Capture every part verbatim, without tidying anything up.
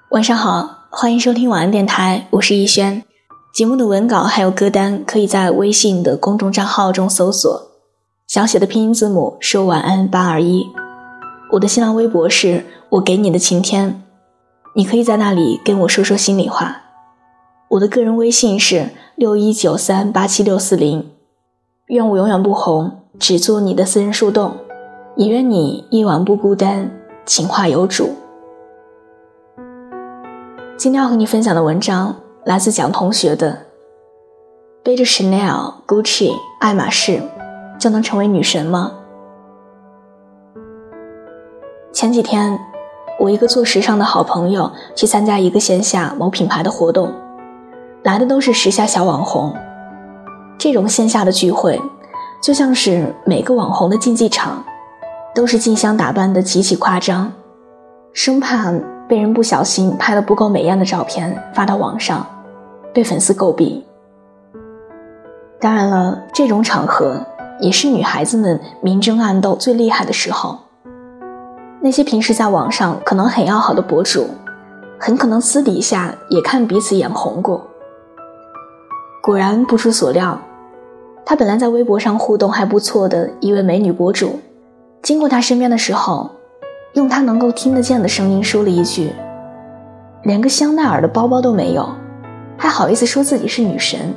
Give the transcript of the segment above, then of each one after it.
晚上好，欢迎收听晚安电台，我是逸轩。节目的文稿还有歌单可以在微信的公众账号中搜索，小写的拼音字母说晚安八二一。我的新浪微博是我给你的晴天，你可以在那里跟我说说心里话。我的个人微信是六一九三八七六四零。愿我永远不红，只做你的私人树洞，也愿你一晚不孤单，情话有主。今天要和你分享的文章来自蒋同学的背着 Chanel、Gucci、爱马仕就能成为女神吗？前几天我一个做时尚的好朋友去参加一个线下某品牌的活动，来的都是时下小网红。这种线下的聚会就像是每个网红的竞技场，都是竞相打扮的极其夸张，生怕被人不小心拍了不够美艳的照片发到网上，被粉丝诟病。当然了，这种场合也是女孩子们明争暗斗最厉害的时候。那些平时在网上可能很要好的博主，很可能私底下也看彼此眼红过。果然不出所料，她本来在微博上互动还不错的一位美女博主，经过她身边的时候，用她能够听得见的声音说了一句，连个香奈儿的包包都没有，还好意思说自己是女神。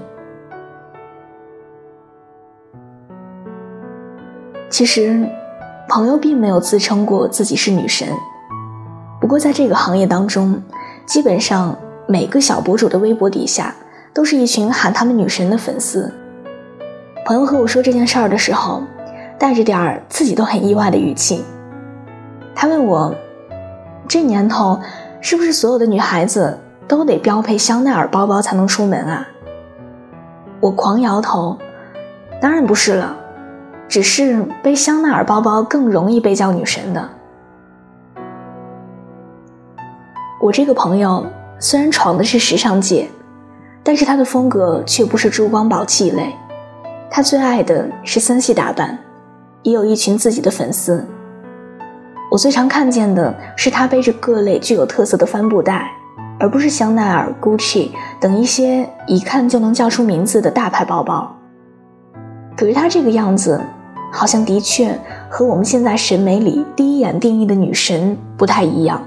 其实朋友并没有自称过自己是女神，不过在这个行业当中，基本上每个小博主的微博底下都是一群喊他们女神的粉丝。朋友和我说这件事儿的时候，带着点自己都很意外的语气。他问我，这年头是不是所有的女孩子都得标配香奈儿包包才能出门啊？我狂摇头，当然不是了，只是背香奈儿包包更容易被叫女神的。我这个朋友虽然闯的是时尚界，但是他的风格却不是珠光宝气类，他最爱的是森系打扮，也有一群自己的粉丝。我最常看见的是他背着各类具有特色的帆布袋，而不是香奈儿、Gucci 等一些一看就能叫出名字的大牌包包。可是他这个样子好像的确和我们现在审美里第一眼定义的女神不太一样。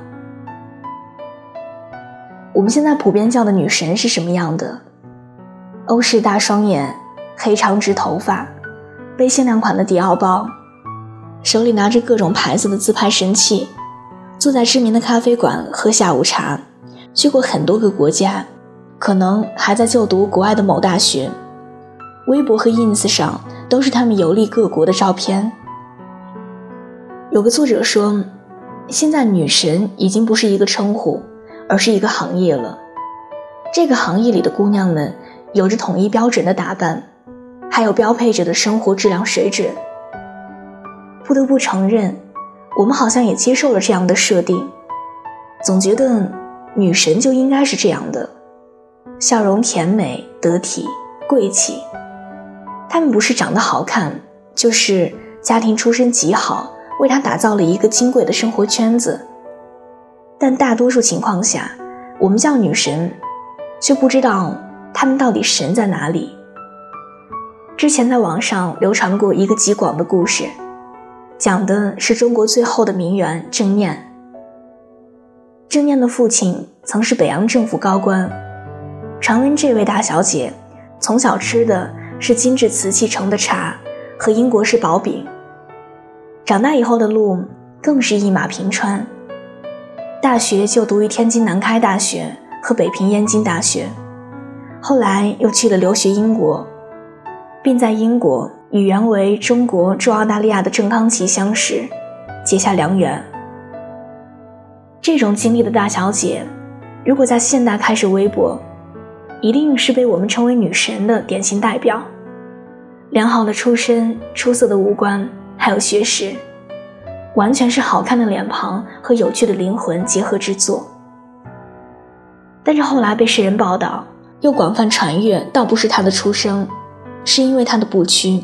我们现在普遍叫的女神是什么样的？欧式大双眼，黑长直头发，背限量款的迪奥包，手里拿着各种牌子的自拍神器，坐在知名的咖啡馆喝下午茶，去过很多个国家，可能还在就读国外的某大学。微博和 ins 上都是他们游历各国的照片。有个作者说，现在女神已经不是一个称呼，而是一个行业了。这个行业里的姑娘们有着统一标准的打扮，还有标配着的生活质量水准。不得不承认，我们好像也接受了这样的设定，总觉得女神就应该是这样的，笑容甜美得体贵气。她们不是长得好看，就是家庭出身极好，为她打造了一个金贵的生活圈子。但大多数情况下，我们叫女神，却不知道她们到底神在哪里。之前在网上流传过一个极广的故事，讲的是中国最后的名媛郑念。郑念的父亲曾是北洋政府高官，传闻这位大小姐从小吃的是精致瓷器盛的茶和英国式薄饼，长大以后的路更是一马平川。大学就读于天津南开大学和北平燕京大学，后来又去了留学英国，并在英国与原为中国驻澳大利亚的郑康琪相识，结下良缘。这种经历的大小姐，如果在现代开始微博，一定是被我们称为女神的典型代表。良好的出身，出色的五官，还有学识，完全是好看的脸庞和有趣的灵魂结合之作。但是后来被世人报道，又广泛传阅，倒不是她的出生，是因为她的不屈。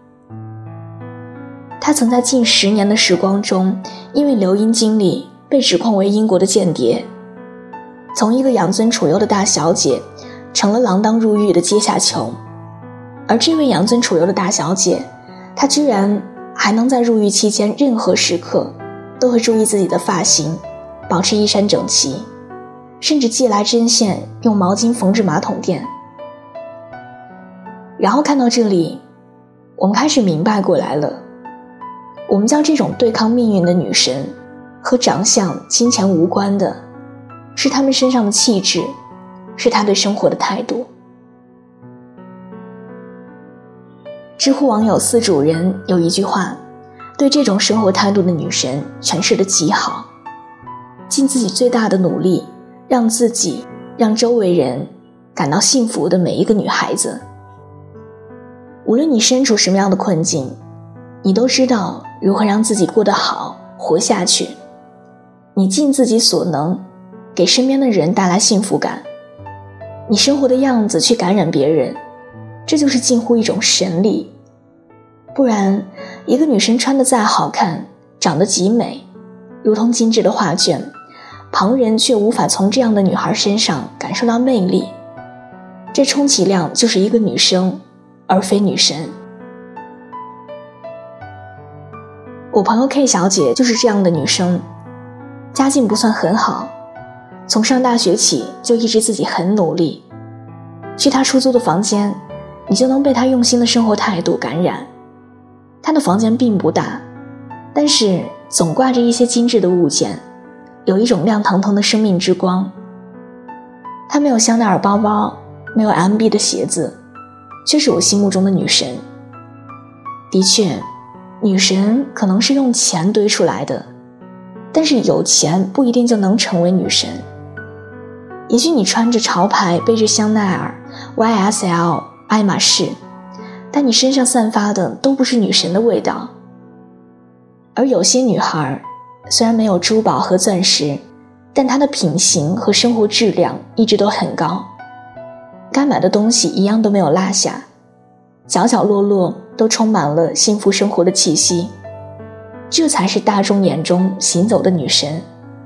她曾在近十年的时光中，因为留英经历被指控为英国的间谍。 从一个养尊处优的大小姐成了锒铛入狱的阶下囚。而这位养尊处优的大小姐，她居然还能在入狱期间任何时刻都会注意自己的发型，保持衣衫整齐，甚至借来针线用毛巾缝制马桶垫。然后看到这里，我们开始明白过来了，我们将这种对抗命运的女神和长相金钱无关的，是她们身上的气质，是她对生活的态度。知乎网友四主人有一句话对这种生活态度的女神诠释得极好：尽自己最大的努力，让自己让周围人感到幸福的每一个女孩子。无论你身处什么样的困境，你都知道如何让自己过得好，活下去。你尽自己所能，给身边的人带来幸福感。你生活的样子去感染别人，这就是近乎一种神力。不然，一个女生穿得再好看，长得极美，如同精致的画卷，旁人却无法从这样的女孩身上感受到魅力。这充其量就是一个女生，而非女神。我朋友 K 小姐就是这样的女生，家境不算很好，从上大学起就一直自己很努力。去她出租的房间，你就能被她用心的生活态度感染。她的房间并不大，但是总挂着一些精致的物件，有一种亮腾腾的生命之光。她没有香奈儿包包，没有 M B 的鞋子，却是我心目中的女神。的确，女神可能是用钱堆出来的，但是有钱不一定就能成为女神。也许你穿着潮牌，背着香奈儿、Y S L、爱马仕，但你身上散发的都不是女神的味道。而有些女孩虽然没有珠宝和钻石，但她的品行和生活质量一直都很高，该买的东西一样都没有落下，角角落落都充满了幸福生活的气息。这才是大众眼中行走的女神。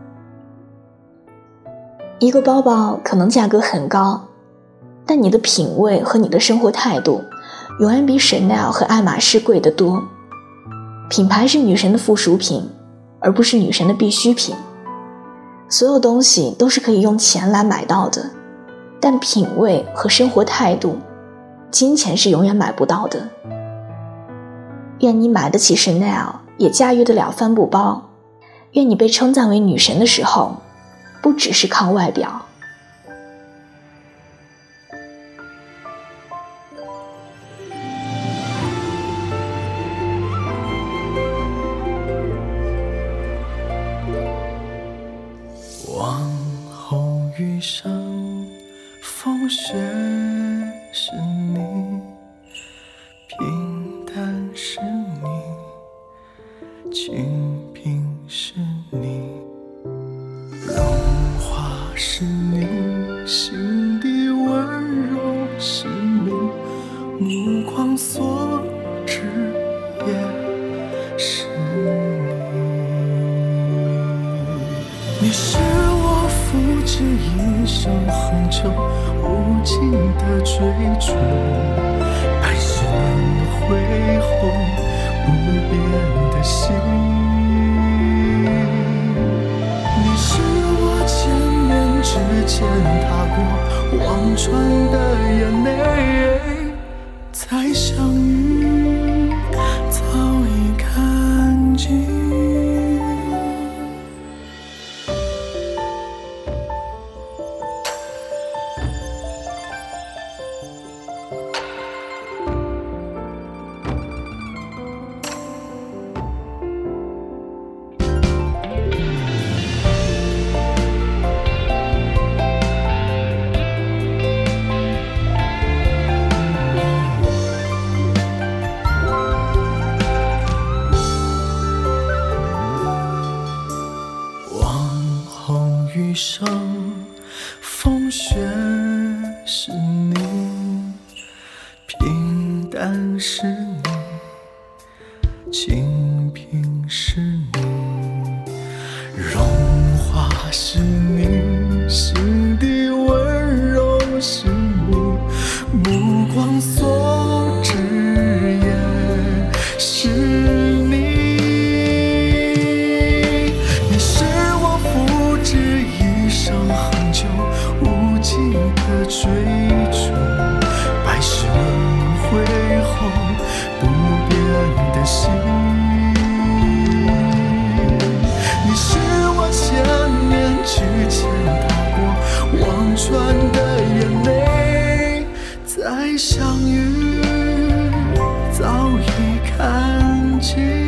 一个包包可能价格很高，但你的品味和你的生活态度永远比 Chanel 和爱马仕贵得多。品牌是女神的附属品，而不是女神的必需品。所有东西都是可以用钱来买到的，但品味和生活态度，金钱是永远买不到的。愿你买得起 Chanel， 也驾驭得了帆布包。愿你被称赞为女神的时候，不只是靠外表。 往后余生，风雪是你，平淡是你，清贫是你，融化是你，心底温柔是你，目光所至也是你。你是我付之一生恒久无尽的追逐，爱是轮回后不变的心。你是我千年之间踏过忘川的眼泪，再相遇早已看尽。余生，风雪是你，平淡是你，清贫是你，融化是你，心追逐，百世轮回后不变的心。你是我千年之前踏过忘川的眼泪，再相遇早已看尽。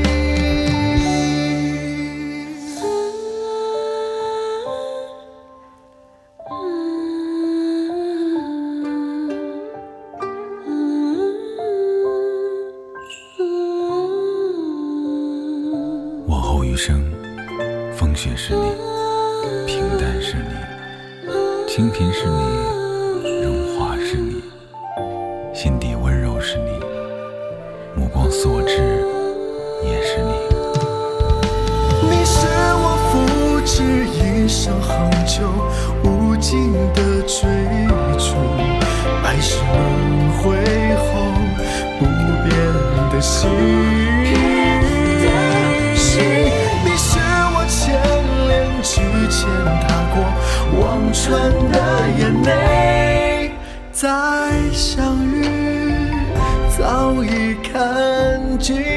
往后余生，风雪是你，平淡是你，清贫是你，荣华是你，心底温柔是你，目光所至也是你。 你是我付之一生恒久无尽的追逐，百世轮回后不变的心。你是我千年之前踏过忘川的眼泪，再相遇早已看尽。